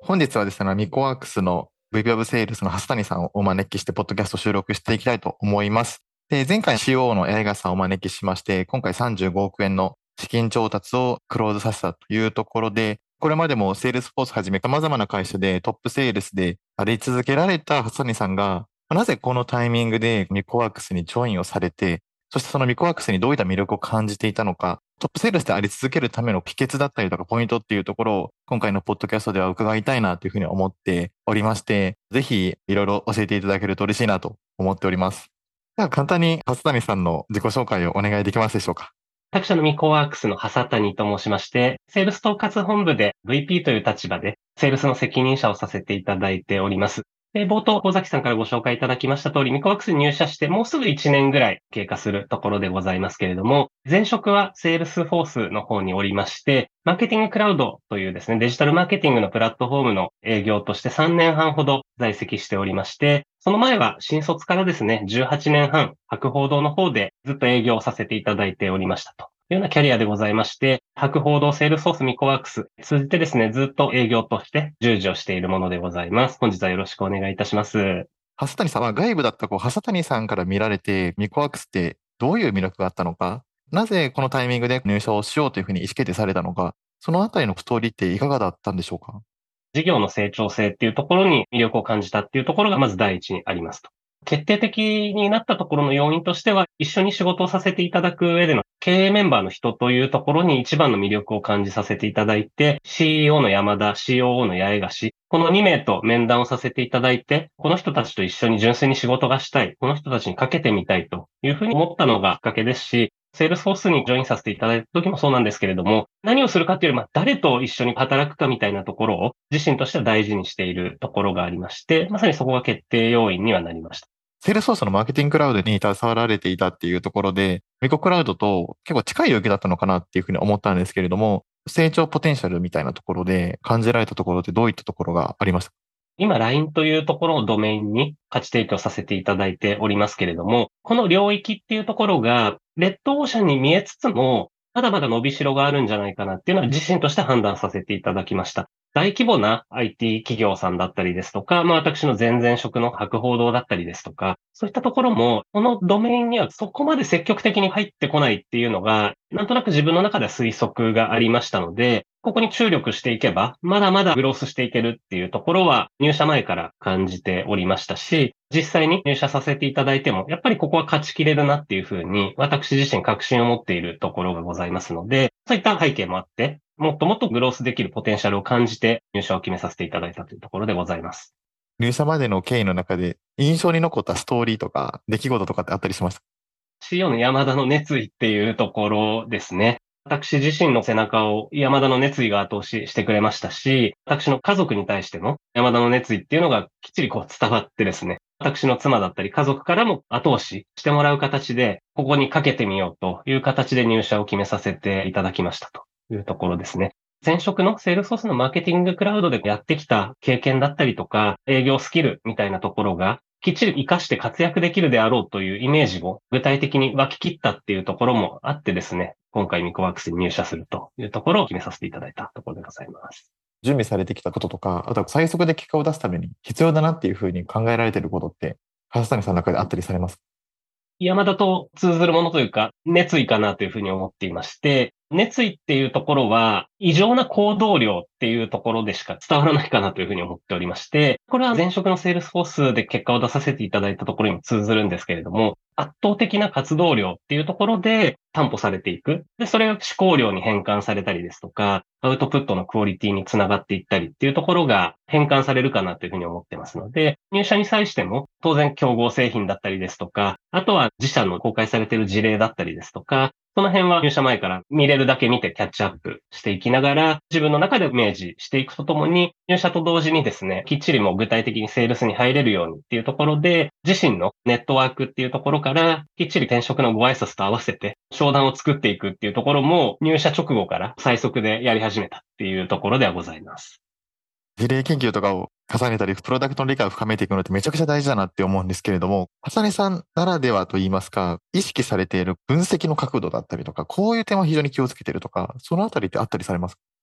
本日はですね、ミコワークスの VP オブセールスの蓮谷さんをお招きして、ポッドキャスト収録していきたいと思います。で、前回 COO の八重樫さんをお招きしまして、今回35億円の資金調達をクローズさせたというところで、これまでもセールスフォースはじめ様々な会社でトップセールスであり続けられた蓮谷さんが、なぜこのタイミングでミコワークスにジョインをされて、そしてそのミコワークスにどういった魅力を感じていたのか、トップセールスであり続けるための秘訣だったりとかポイントっていうところを今回のポッドキャストでは伺いたいなというふうに思っておりまして、ぜひいろいろ教えていただけると嬉しいなと思っております。では簡単に蓮谷さんの自己紹介をお願いできますでしょうか。 作者のミコワークスの畑谷と申しまして、セールス統括本部で VP という立場で、セールスの責任者をさせていただいております。冒頭、尾崎さんからご紹介いただきました通り、ミコワークスに入社してもうすぐ1年ぐらい経過するところでございますけれども、前職はセールスフォースの方におりまして、マーケティングクラウドというですね、デジタルマーケティングのプラットフォームの営業として3年半ほど在籍しておりまして、その前は新卒からですね、18年半、博報堂の方でずっと営業をさせていただいておりましたというようなキャリアでございまして、博報堂セールスフォースミコワークス通じてですね、ずっと営業として従事をしているものでございます。本日はよろしくお願いいたします。 蓮谷さんは外部だった蓮谷さんから見られてミコワークスってどういう魅力があったのか、なぜこのタイミングで入社をしようというふうに意思決定されたのか、そのあたりのストーリーっていかがだったんでしょうか。 事業の成長性っていうところに魅力を感じたっていうところがまず第一にありますと。決定的になったところの要因としては、一緒に仕事をさせていただく上での経営メンバーの人というところに一番の魅力を感じさせていただいて、CEO の山田、COO の八重樫、この2名と面談をさせていただいて、この人たちと一緒に純粋に仕事がしたい、この人たちにかけてみたいというふうに思ったのがきっかけですし、セールスフォースにジョインさせていただいた時もそうなんですけれども、何をするかというよりも、誰と一緒に働くかみたいなところを自身としては大事にしているところがありまして、まさにそこが決定要因にはなりました。 セールスフォースのマーケティングクラウドに携わられていたっていうところで、ミコクラウドと結構近い領域だったのかなっていうふうに思ったんですけれども、成長ポテンシャルみたいなところで感じられたところってどういったところがありましたか。 今、LINE というところをドメインに価値提供させていただいておりますけれども、この領域っていうところが、レッドオーシャンに見えつつも、まだまだ伸びしろがあるんじゃないかなっていうのは自身として判断させていただきました。大規模な IT 企業さんだったりですとか、私の前々職の博報堂だったりですとか、そういったところも、このドメインにはそこまで積極的に入ってこないっていうのが、なんとなく自分の中では推測がありましたので、ここに注力していけば、まだまだグロースしていけるっていうところは入社前から感じておりましたし、実際に入社させていただいても、やっぱりここは勝ちきれるなっていうふうに、私自身確信を持っているところがございますので、そういった背景もあって、もっともっとグロースできるポテンシャルを感じて入社を決めさせていただいたというところでございます。 入社までの経緯の中で印象に残ったストーリーとか出来事とかってあったりしましたか。 CEO の山田の熱意っていうところですね。私自身の背中を山田の熱意が後押ししてくれましたし、私の家族に対しても山田の熱意っていうのがきっちり伝わってですね、私の妻だったり家族からも後押ししてもらう形で、ここにかけてみようという形で入社を決めさせていただきましたというところですね。前職のセールスフォースのマーケティングクラウドでやってきた経験だったりとか、営業スキルみたいなところが、きっちり活かして活躍できるであろうというイメージを具体的に湧き切ったっていうところもあってですね、今回ミコワークスに入社するというところを決めさせていただいたところでございます。 準備されてきたこととか、あとは最速で結果を出すために必要だなっていうふうに考えられていることって、蓮谷さんの中であったりされますか。 山田と通ずるものというか、熱意かなというふうに思っていまして、熱意っていうところは、異常な行動量っていうところでしか伝わらないかなというふうに思っておりまして、これは前職のセールスフォースで結果を出させていただいたところにも通ずるんですけれども、圧倒的な活動量っていうところで担保されていく。で、それが思考量に変換されたりですとか、アウトプットのクオリティにつながっていったりっていうところが変換されるかなというふうに思ってますので、入社に際しても当然競合製品だったりですとか、あとは自社の公開されている事例だったりですとか、その辺は入社前から見れるだけ見てキャッチアップしていきながら、自分の中でイメージしていくとともに、入社と同時にですね、きっちりもう具体的にセールスに入れるようにっていうところで、自身のネットワークっていうところから、きっちり転職のご挨拶と合わせて、商談を作っていくっていうところも、入社直後から最速でやり始めたっていうところではございます。 事例研究とかを重ねたり、プロダクトの理解を深めていくのってめちゃくちゃ大事だなって思うんですけれども、浅根さんならではといいますか、意識されている分析の角度だったりとか、こういう点は非常に気をつけているとか、そのあたりってあったりされますか。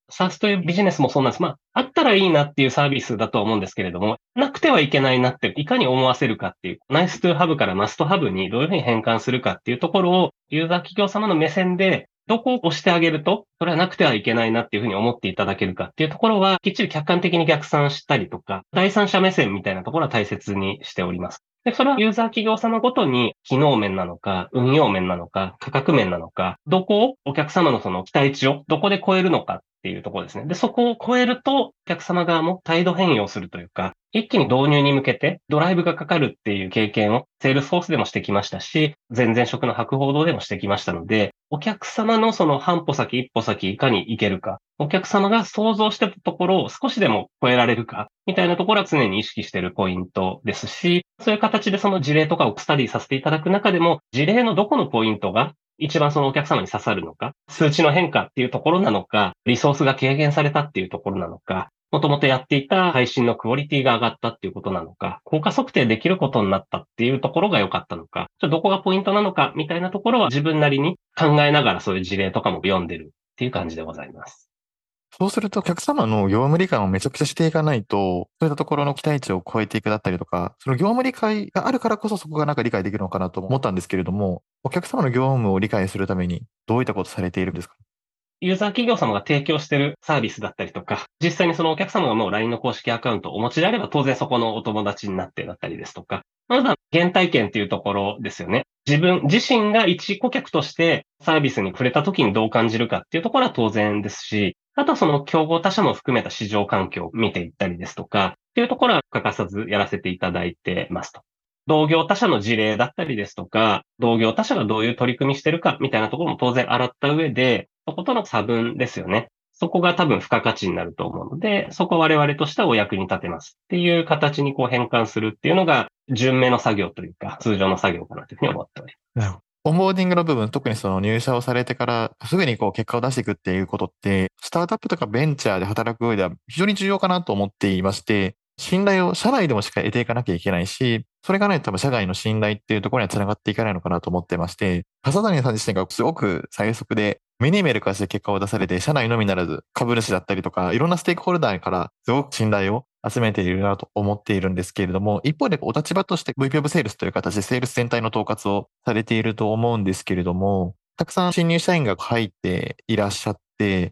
SaaS というビジネスもそうなんです。あったらいいなっていうサービスだとは思うんですけれども、なくてはいけないなっていかに思わせるかっていう、Nice to have から Must have にどういうふうに変換するかっていうところを、ユーザー企業様の目線で、どこを押してあげると、それはなくてはいけないなっていうふうに思っていただけるかっていうところは、きっちり客観的に逆算したりとか、第三者目線みたいなところは大切にしております。で、それはユーザー企業様ごとに機能面なのか、運用面なのか、価格面なのか、どこをお客様のその期待値をどこで超えるのかっていうところですね。で、そこを超えると、お客様側も態度変容するというか、一気に導入に向けてドライブがかかるっていう経験をセールスフォースでもしてきましたし、前々職の博報堂でもしてきましたので、お客様のその半歩先、一歩先いかに行けるか、お客様が想像してたところを少しでも超えられるか、みたいなところは常に意識しているポイントですし、そういう形でその事例とかをスタディさせていただく中でも、事例のどこのポイントが一番そのお客様に刺さるのか、数値の変化っていうところなのか、リソースが軽減されたっていうところなのか、もともとやっていた配信のクオリティが上がったっていうことなのか、効果測定できることになったっていうところが良かったのか、どこがポイントなのかみたいなところは自分なりに考えながらそういう事例とかも読んでるっていう感じでございます。 そうすると、お客様の業務理解をめちゃくちゃしていかないと、そういったところの期待値を超えていくだったりとか、その業務理解があるからこそそこがなんか理解できるのかなと思ったんですけれども、お客様の業務を理解するためにどういったことされているんですか？ ユーザー企業様が提供しているサービスだったりとか、実際にそのお客様がもう LINE の公式アカウントをお持ちであれば当然そこのお友達になってだったりですとか、まずは原体験っていうところですよね。自分自身が一顧客としてサービスに触れた時にどう感じるかっていうところは当然ですし、あとはその競合他社も含めた市場環境を見ていったりですとか、っていうところは欠かさずやらせていただいてますと。同業他社の事例だったりですとか、同業他社がどういう取り組みしてるかみたいなところも当然洗った上で、そことの差分ですよね。そこが多分付加価値になると思うので、そこを我々としてはお役に立てますっていう形にこう変換するっていうのが、順目の作業というか、通常の作業かなというふうに思っております。 オンボーディングの部分、特にその入社をされてからすぐにこう結果を出していくっていうことって、スタートアップとかベンチャーで働く上では非常に重要かなと思っていまして、信頼を社内でもしっかり得ていかなきゃいけないし、それがないと多分社外の信頼っていうところにはつながっていかないのかなと思ってまして、笠谷さん自身がすごく最速で目に見える形で結果を出されて、社内のみならず株主だったりとか、いろんなステークホルダーからすごく信頼を集めているなと思っているんですけれども、一方でお立場として VP of Sales という形でセールス全体の統括をされていると思うんですけれども、たくさん新入社員が入っていらっしゃって、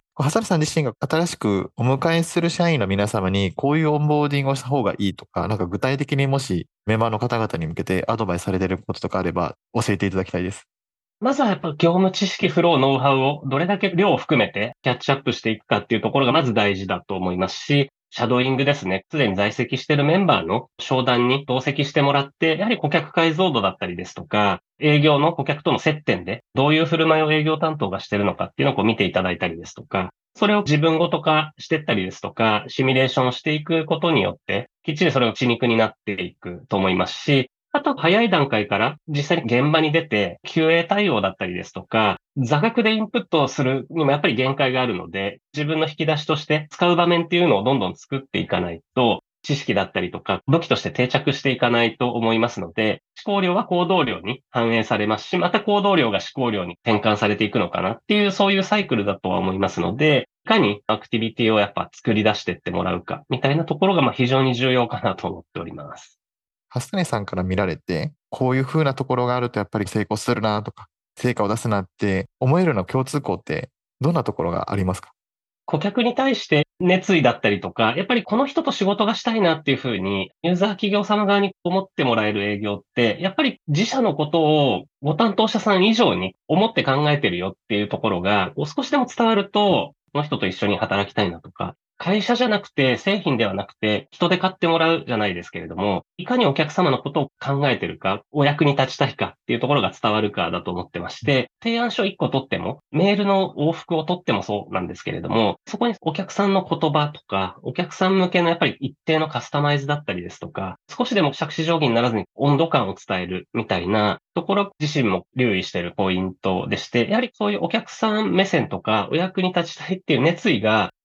ハサルさん自身が新しくお迎えする社員の皆様にこういうオンボーディングをした方がいいとか、なんか具体的にもしメンバーの方々に向けてアドバイスされていることとかあれば教えていただきたいです。 まずはやっぱ業務知識、フロー、ノウハウをどれだけ量を含めてキャッチアップしていくかっていうところがまず大事だと思いますし、シャドーイングですね。すでに在籍しているメンバーの商談に同席してもらって、やはり顧客解像度だったりですとか、営業の顧客との接点でどういう振る舞いを営業担当がしているのかっていうのをこう見ていただいたりですとか、それを自分ごと化していったりですとか、シミュレーションしていくことによって、きっちりそれを血肉になっていくと思いますし、あと、早い段階から実際に現場に出て QA 対応だったりですとか、座学でインプットをするにもやっぱり限界があるので、自分の引き出しとして使う場面っていうのをどんどん作っていかないと、知識だったりとか、武器として定着していかないと思いますので、思考量は行動量に反映されますし、また行動量が思考量に転換されていくのかなっていう、そういうサイクルだとは思いますので、いかにアクティビティをやっぱ作り出していってもらうか、みたいなところが非常に重要かなと思っております。 蓮谷さんから見られて、こういう風なところがあるとやっぱり成功するなとか、成果を出すなって思えるような共通項ってどんなところがありますか？ 顧客に対して熱意だったりとか、やっぱりこの人と仕事がしたいなっていうふうに、ユーザー企業様側に思ってもらえる営業って、やっぱり自社のことをご担当者さん以上に思って考えてるよっていうところが、少しでも伝わると、この人と一緒に働きたいなとか、会社じゃなくて、製品ではなくて、人で買ってもらうじゃないですけれども、いかにお客様のことを考えてるか、お役に立ちたいかっていうところが伝わるかだと思ってまして、提案書1個取っても、メールの往復を取ってもそうなんですけれども、そこにお客さんの言葉とか、お客さん向けのやっぱり一定のカスタマイズだったりですとか、少しでも杓子定規にならずに温度感を伝えるみたいなところ自身も留意しているポイントでして、やはりそういうお客さん目線とか、お役に立ちたいっていう熱意が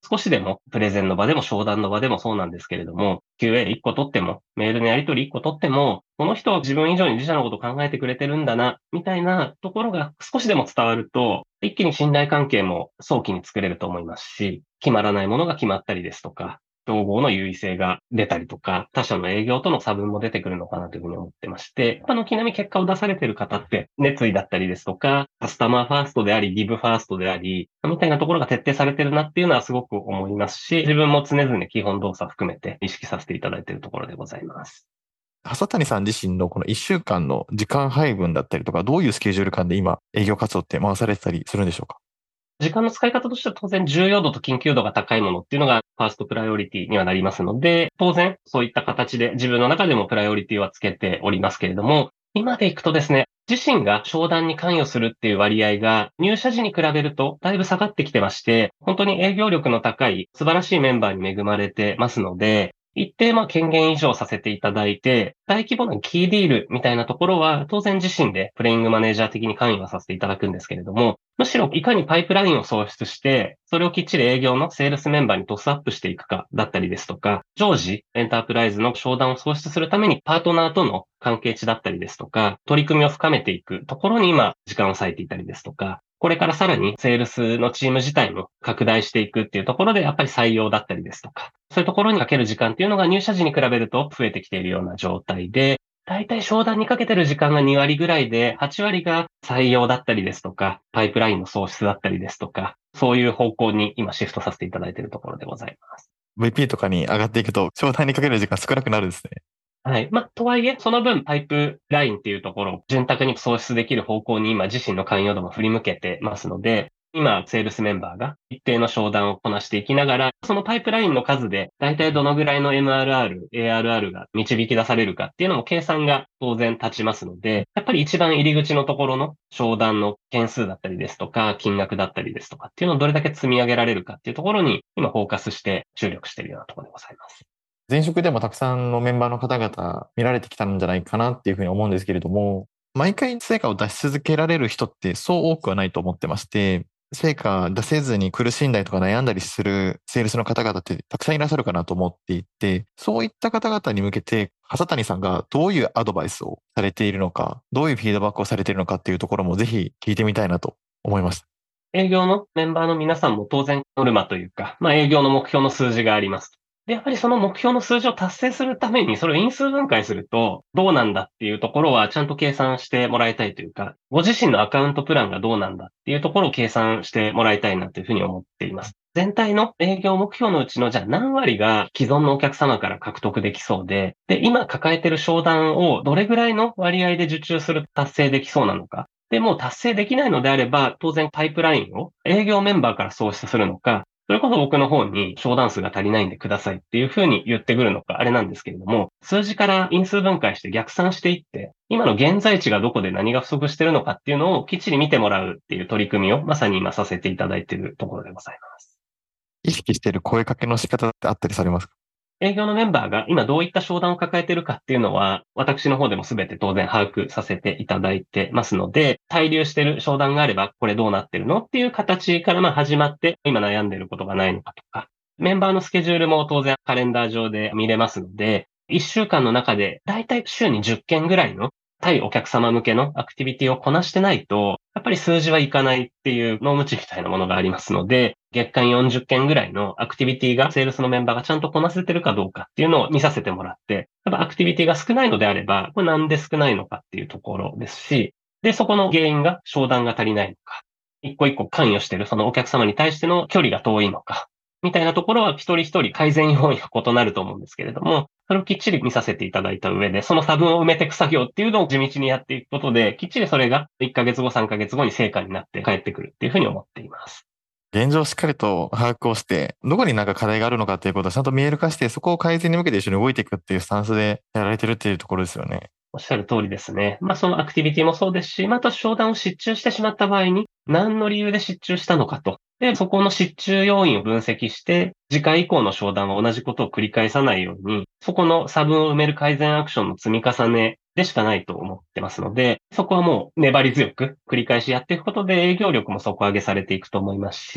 少しでもプレゼンの場でも商談の場でもそうなんですけれども、QA1 個取っても、メールのやり取り1個取っても、この人は自分以上に自社のことを考えてくれてるんだな、みたいなところが少しでも伝わると、一気に信頼関係も早期に作れると思いますし、決まらないものが決まったりですとか、競合の優位性が出たりとか、他社の営業との差分も出てくるのかなというふうに思ってまして、軒並み結果を出されている方って、熱意だったりですとか、カスタマーファーストであり、ギブファーストであり、みたいなところが徹底されてるなっていうのはすごく思いますし、自分も常々基本動作を含めて意識させていただいているところでございます。 笹谷さん自身のこの1週間の時間配分だったりとか、どういうスケジュール感で今営業活動って回されてたりするんでしょうか？ 時間の使い方としては当然重要度と緊急度が高いものっていうのがファーストプライオリティにはなりますので、当然そういった形で自分の中でもプライオリティはつけておりますけれども、今でいくとですね、自身が商談に関与するっていう割合が入社時に比べるとだいぶ下がってきてまして、本当に営業力の高い素晴らしいメンバーに恵まれてますので、一定権限以上させていただいて、大規模なキーディールみたいなところは当然自身でプレイングマネージャー的に関与はさせていただくんですけれども、むしろいかにパイプラインを創出して、それをきっちり営業のセールスメンバーにトスアップしていくかだったりですとか、常時エンタープライズの商談を創出するためにパートナーとの関係値だったりですとか、取り組みを深めていくところに今時間を割いていたりですとか、これからさらにセールスのチーム自体も拡大していくっていうところでやっぱり採用だったりですとか、そういうところにかける時間っていうのが入社時に比べると増えてきているような状態で、大体商談にかけてる時間が2割ぐらいで、8割が採用だったりですとか、パイプラインの創出だったりですとか、そういう方向に今シフトさせていただいているところでございます。 VP とかに上がっていくと、商談にかける時間少なくなるんですね。 はい。とはいえ、その分パイプラインっていうところを潤沢に創出できる方向に今自身の関与度も振り向けてますので、今、セールスメンバーが一定の商談をこなしていきながら、そのパイプラインの数で、大体どのぐらいの MRR、ARR が導き出されるかっていうのも計算が当然立ちますので、やっぱり一番入り口のところの商談の件数だったりですとか、金額だったりですとかっていうのをどれだけ積み上げられるかっていうところに、今フォーカスして注力しているようなところでございます。 前職でもたくさんのメンバーの方々見られてきたんじゃないかなっていうふうに思うんですけれども、毎回成果を出し続けられる人ってそう多くはないと思ってまして、成果出せずに苦しんだりとか悩んだりするセールスの方々ってたくさんいらっしゃるかなと思っていて、そういった方々に向けて、笠谷さんがどういうアドバイスをされているのか、どういうフィードバックをされているのかっていうところもぜひ聞いてみたいなと思いました。 営業のメンバーの皆さんも当然ノルマというか、営業の目標の数字があります。で、やっぱりその目標の数字を達成するために、それを因数分解すると、どうなんだっていうところはちゃんと計算してもらいたいというか、ご自身のアカウントプランがどうなんだっていうところを計算してもらいたいなというふうに思っています。全体の営業目標のうちのじゃあ何割が既存のお客様から獲得できそうで、今抱えている商談をどれぐらいの割合で受注する達成できそうなのか。で、もう達成できないのであれば、当然パイプラインを営業メンバーから創出するのか、それこそ僕の方に商談数が足りないんでくださいっていうふうに言ってくるのか、あれなんですけれども、数字から因数分解して逆算していって、今の現在地がどこで何が不足しているのかっていうのをきっちり見てもらうっていう取り組みをまさに今させていただいているところでございます。 意識している声かけの仕方ってあったりされますか？ 営業のメンバーが今どういった商談を抱えているかっていうのは、私の方でも全て当然把握させていただいてますので、滞留している商談があれば、これどうなってるのっていう形から始まって、今悩んでいることがないのかとか、メンバーのスケジュールも当然カレンダー上で見れますので、1週間の中でだいたい週に10件ぐらいの対お客様向けのアクティビティをこなしてないと、やっぱり数字はいかないっていう脳無知みたいなものがありますので、月間40件ぐらいのアクティビティがセールスのメンバーがちゃんとこなせてるかどうかっていうのを見させてもらって、やっぱアクティビティが少ないのであれば、これなんで少ないのかっていうところですし、で、そこの原因が商談が足りないのか、一個一個関与してるそのお客様に対しての距離が遠いのか、みたいなところは一人一人改善要因が異なると思うんですけれども、それをきっちり見させていただいた上で、その差分を埋めていく作業っていうのを地道にやっていくことで、きっちりそれが1ヶ月後、3ヶ月後に成果になって帰ってくるっていうふうに思っています。 現状をしっかりと把握をして、どこになんか課題があるのかっていうことをちゃんと見える化して、そこを改善に向けて一緒に動いていくっていうスタンスでやられてるっていうところですよね。 おっしゃる通りですね。そのアクティビティもそうですし、また商談を失注してしまった場合に、何の理由で失注したのかと。で、そこの失注要因を分析して、次回以降の商談は同じことを繰り返さないように、そこの差分を埋める改善アクションの積み重ねでしかないと思ってますので、そこはもう粘り強く繰り返しやっていくことで営業力も底上げされていくと思いますし、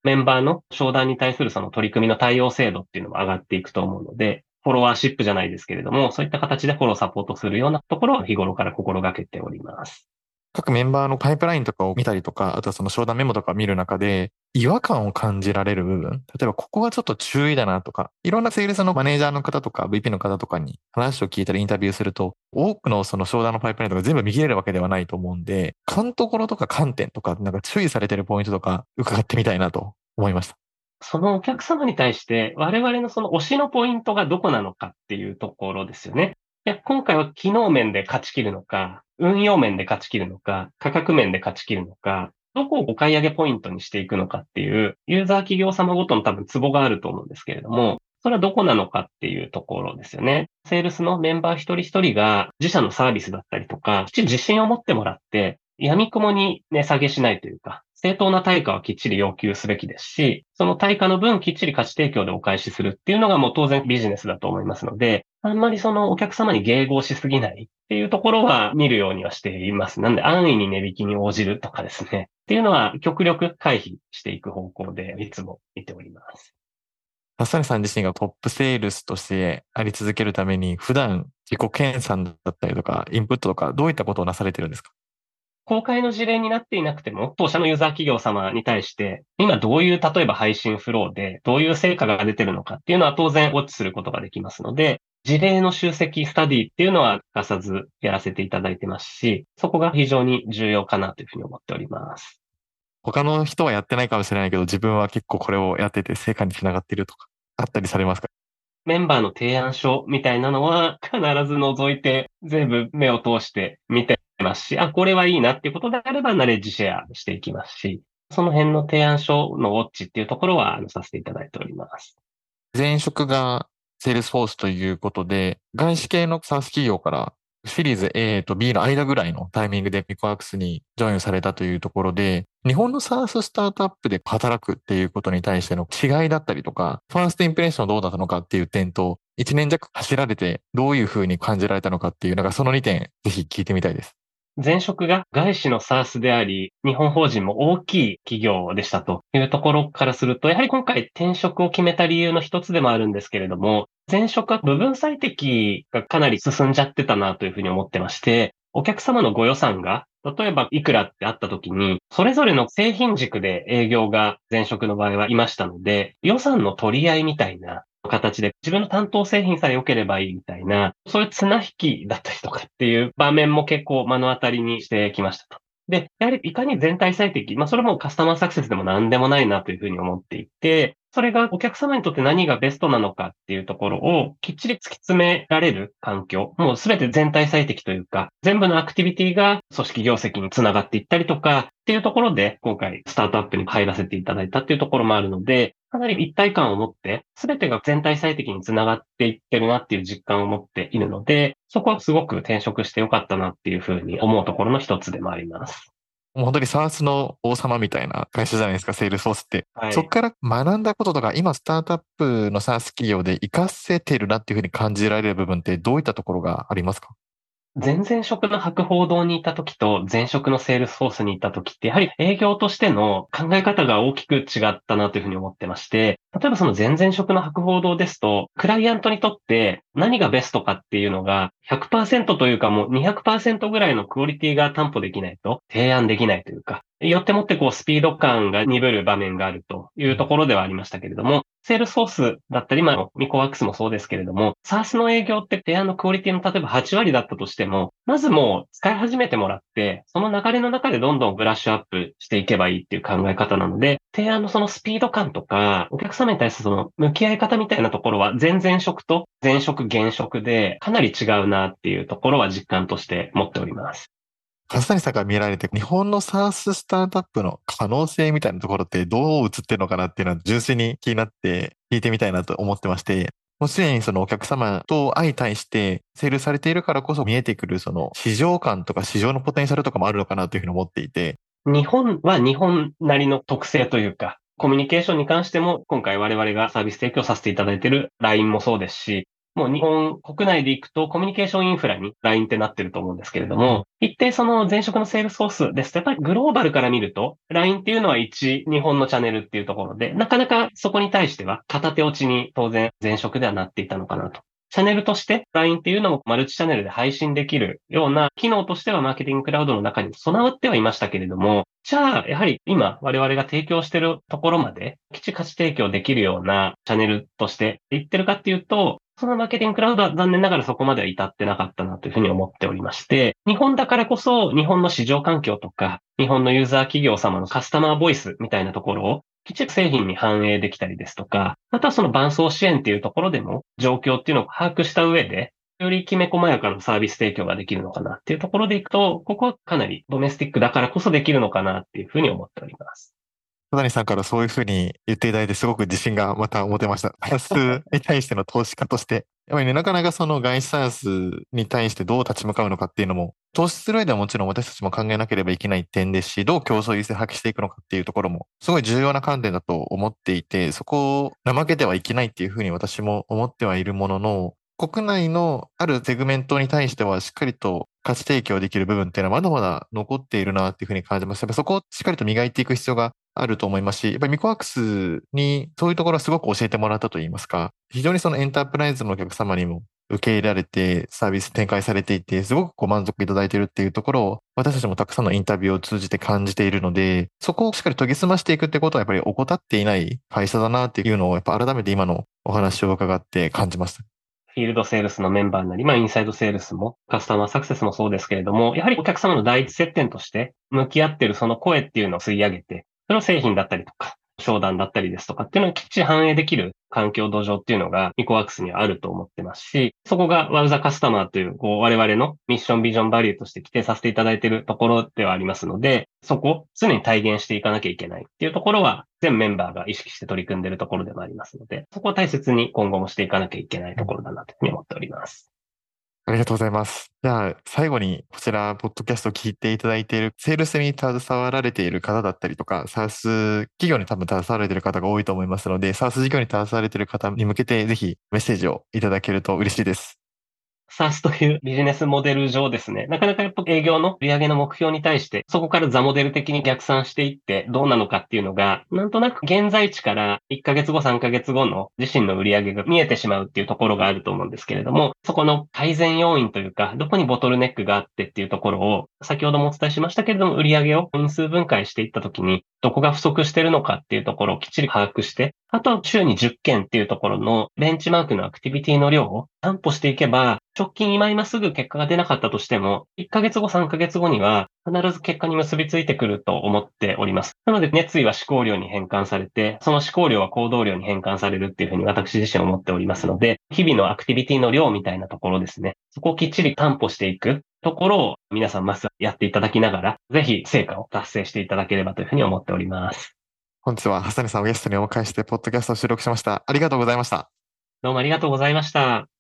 メンバーの商談に対するその取り組みの対応精度っていうのも上がっていくと思うので、フォロワーシップじゃないですけれども、そういった形でフォローサポートするようなところを日頃から心がけております。 各メンバーのパイプラインとかを見たりとか、あとはその商談メモとか見る中で、違和感を感じられる部分、例えばここはちょっと注意だなとか、いろんなセールスのマネージャーの方とか VP の方とかに話を聞いたりインタビューすると、多くのその商談のパイプラインとか全部見切れるわけではないと思うんで、勘どころとか観点とか、なんか注意されてるポイントとか伺ってみたいなと思いました。 そのお客様に対して我々のその推しのポイントがどこなのかっていうところですよね。いや、今回は機能面で勝ち切るのか、運用面で勝ち切るのか、価格面で勝ち切るのか、どこをお買い上げポイントにしていくのかっていう、ユーザー企業様ごとの多分ツボがあると思うんですけれども、それはどこなのかっていうところですよね。セールスのメンバー一人一人が自社のサービスだったりとか、きっちり自信を持ってもらって、闇雲に値下げしないというか、正当な対価はきっちり要求すべきですし、その対価の分きっちり価値提供でお返しするっていうのがもう当然ビジネスだと思いますので、あんまりそのお客様に迎合しすぎないっていうところは見るようにはしています。なんで安易に値引きに応じるとかですね。っていうのは極力回避していく方向でいつも見ております。 ハサネさん自身がトップセールスとしてあり続けるために、普段自己研鑽だったりとか、インプットとか、どういったことをなされてるんですか？ 公開の事例になっていなくても、当社のユーザー企業様に対して、今どういう、例えば配信フローで、どういう成果が出てるのかっていうのは当然ウォッチすることができますので、事例の集積、スタディっていうのは欠かさずやらせていただいてますし、そこが非常に重要かなというふうに思っております。 他の人はやってないかもしれないけど、自分は結構これをやってて成果につながっているとか、あったりされますか？ メンバーの提案書みたいなのは必ず覗いて全部目を通して見てますし、あ、これはいいなっていうことであればナレッジシェアしていきますし、その辺の提案書のウォッチっていうところはさせていただいております。 前職がセールスフォースということで、外資系の SaaS 企業からシリーズ A と B の間ぐらいのタイミングでミコアクスにジョインされたというところで、日本の SaaS スタートアップで働くっていうことに対しての違いだったりとか、ファーストインプレッションどうだったのかっていう点と、1年弱走られてどういうふうに感じられたのかっていう、なんかその2点、ぜひ聞いてみたいです。 前職が外資の SaaS であり、日本法人も大きい企業でしたというところからすると、やはり今回転職を決めた理由の一つでもあるんですけれども、前職は部分最適がかなり進んじゃってたなというふうに思ってまして、お客様のご予算が、例えばいくらってあった時に、それぞれの製品軸で営業が前職の場合はいましたので、予算の取り合いみたいな形で自分の担当製品さえ良ければいいみたいな、そういう綱引きだったりとかっていう場面も結構目の当たりにしてきましたと。で、やはりいかに全体最適、それもカスタマーサクセスでも何でもないなというふうに思っていて、それがお客様にとって何がベストなのかっていうところをきっちり突き詰められる環境、もうすべて全体最適というか、全部のアクティビティが組織業績につながっていったりとかっていうところで、今回スタートアップに入らせていただいたっていうところもあるので、かなり一体感を持って、すべてが全体最適につながっていってるなっていう実感を持っているので、そこはすごく転職してよかったなっていうふうに思うところの一つでもあります。 もう本当に SaaS の王様みたいな会社じゃないですか、セールスフォースって。 はい。 そこから学んだこととか、今スタートアップの SaaS 企業で活かせてるなっていうふうに感じられる部分ってどういったところがありますか？ 前々職の博報堂にいた時と前職のセールスフォースにいた時って、やはり営業としての考え方が大きく違ったなというふうに思ってまして、例えばその前々職の博報堂ですと、クライアントにとって何がベストかっていうのが100%というかもう200%ぐらいのクオリティが担保できないと提案できないというか、よってもってこうスピード感が鈍る場面があるというところではありましたけれども、セールスフォースだったり、ミコワークスもそうですけれども、SaaS の営業って提案のクオリティの例えば8割だったとしても、まずもう使い始めてもらって、その流れの中でどんどんブラッシュアップしていけばいいっていう考え方なので、提案のそのスピード感とか、お客様に対するその向き合い方みたいなところは、前々職と前職現職でかなり違うなっていうところは実感として持っております。 笠谷さんが見られて、日本の SaaS スタートアップの可能性みたいなところってどう映ってるのかなっていうのは純粋に気になって聞いてみたいなと思ってまして、もうすでにそのお客様と相対してセールされているからこそ見えてくるその市場感とか市場のポテンシャルとかもあるのかなというふうに思っていて、 日本は日本なりの特性というか、コミュニケーションに関しても、今回我々がサービス提供させていただいている LINE もそうですし、 もう日本国内で行くとコミュニケーションインフラに LINE ってなってると思うんですけれども、一定その前職のセールスフォースですと、やっぱりグローバルから見ると、LINE っていうのは一日本のチャンネルっていうところで、なかなかそこに対しては片手落ちに当然前職ではなっていたのかなと。チャンネルとして LINE っていうのもマルチチャンネルで配信できるような機能としてはマーケティングクラウドの中に備わってはいましたけれども、じゃあやはり今我々が提供しているところまで基地価値提供できるようなチャンネルとしていってるかっていうと、そのマーケティングクラウドは残念ながらそこまでは至ってなかったなというふうに思っておりまして、日本だからこそ日本の市場環境とか、日本のユーザー企業様のカスタマーボイスみたいなところをきちっと製品に反映できたりですとか、またはその伴走支援っていうところでも状況っていうのを把握した上で、よりきめ細やかなサービス提供ができるのかなっていうところでいくと、ここはかなりドメスティックだからこそできるのかなっていうふうに思っております。 小谷さんからそういうふうに言っていただいてすごく自信がまた持てました。SaaS に対しての投資家として。やっぱりね、なかなかその外資 SaaS に対してどう立ち向かうのかっていうのも、投資する上ではもちろん私たちも考えなければいけない点ですし、どう競争優勢を発揮していくのかっていうところも、すごい重要な観点だと思っていて、そこを怠けてはいけないっていうふうに私も思ってはいるものの、国内のあるセグメントに対してはしっかりと価値提供できる部分っていうのはまだまだ残っているなっていうふうに感じます。やっぱそこをしっかりと磨いていく必要があると思いますし、やっぱりミコワークスにそういうところはすごく教えてもらったといいますか、非常にそのエンタープライズのお客様にも受け入れられてサービス展開されていて、すごく満足いただいているっていうところを私たちもたくさんのインタビューを通じて感じているので、そこをしっかり研ぎ澄ましていくってことはやっぱり怠っていない会社だなっていうのをやっぱ改めて今のお話を伺って感じました。 フィールドセールスのメンバーなり、インサイドセールスも、カスタマーサクセスもそうですけれども、やはりお客様の第一接点として向き合っているその声っていうのを吸い上げて、それを製品だったりとか、商談だったりですとかっていうのをきっちり反映できる環境土壌っていうのがミコワークスにはあると思ってますし、そこがワウザカスタマーという、我々のミッションビジョンバリューとして規定させていただいているところではありますので、そこを常に体現していかなきゃいけないっていうところは全メンバーが意識して取り組んでいるところでもありますので、そこを大切に今後もしていかなきゃいけないところだなというふうに思っております。 ありがとうございます。じゃあ、最後にこちら、ポッドキャストを聞いていただいている、セールスに携わられている方だったりとか、サース企業に多分携わられている方が多いと思いますので、サース事業に携わられている方に向けて、ぜひメッセージをいただけると嬉しいです。 SaaS というビジネスモデル上ですね、なかなかやっぱ営業の売上の目標に対して、そこからザモデル的に逆算していってどうなのかっていうのが、なんとなく現在地から1ヶ月後、3ヶ月後の自身の売上が見えてしまうっていうところがあると思うんですけれども、そこの改善要因というか、どこにボトルネックがあってっていうところを、先ほどもお伝えしましたけれども、売上を因数分解していったときに、どこが不足しているのかっていうところをきっちり把握して、あとは週に10件っていうところのベンチマークのアクティビティの量を担保していけば、直近今すぐ結果が出なかったとしても、1ヶ月後、3ヶ月後には必ず結果に結びついてくると思っております。なので、熱意は思考量に変換されて、その思考量は行動量に変換されるっていうふうに私自身思っておりますので、日々のアクティビティの量みたいなところですね。そこをきっちり担保していくところを皆さんまずやっていただきながら、ぜひ成果を達成していただければというふうに思っております。 本日はハサネさんをゲストにお迎えして、ポッドキャストを収録しました。ありがとうございました。 どうもありがとうございました。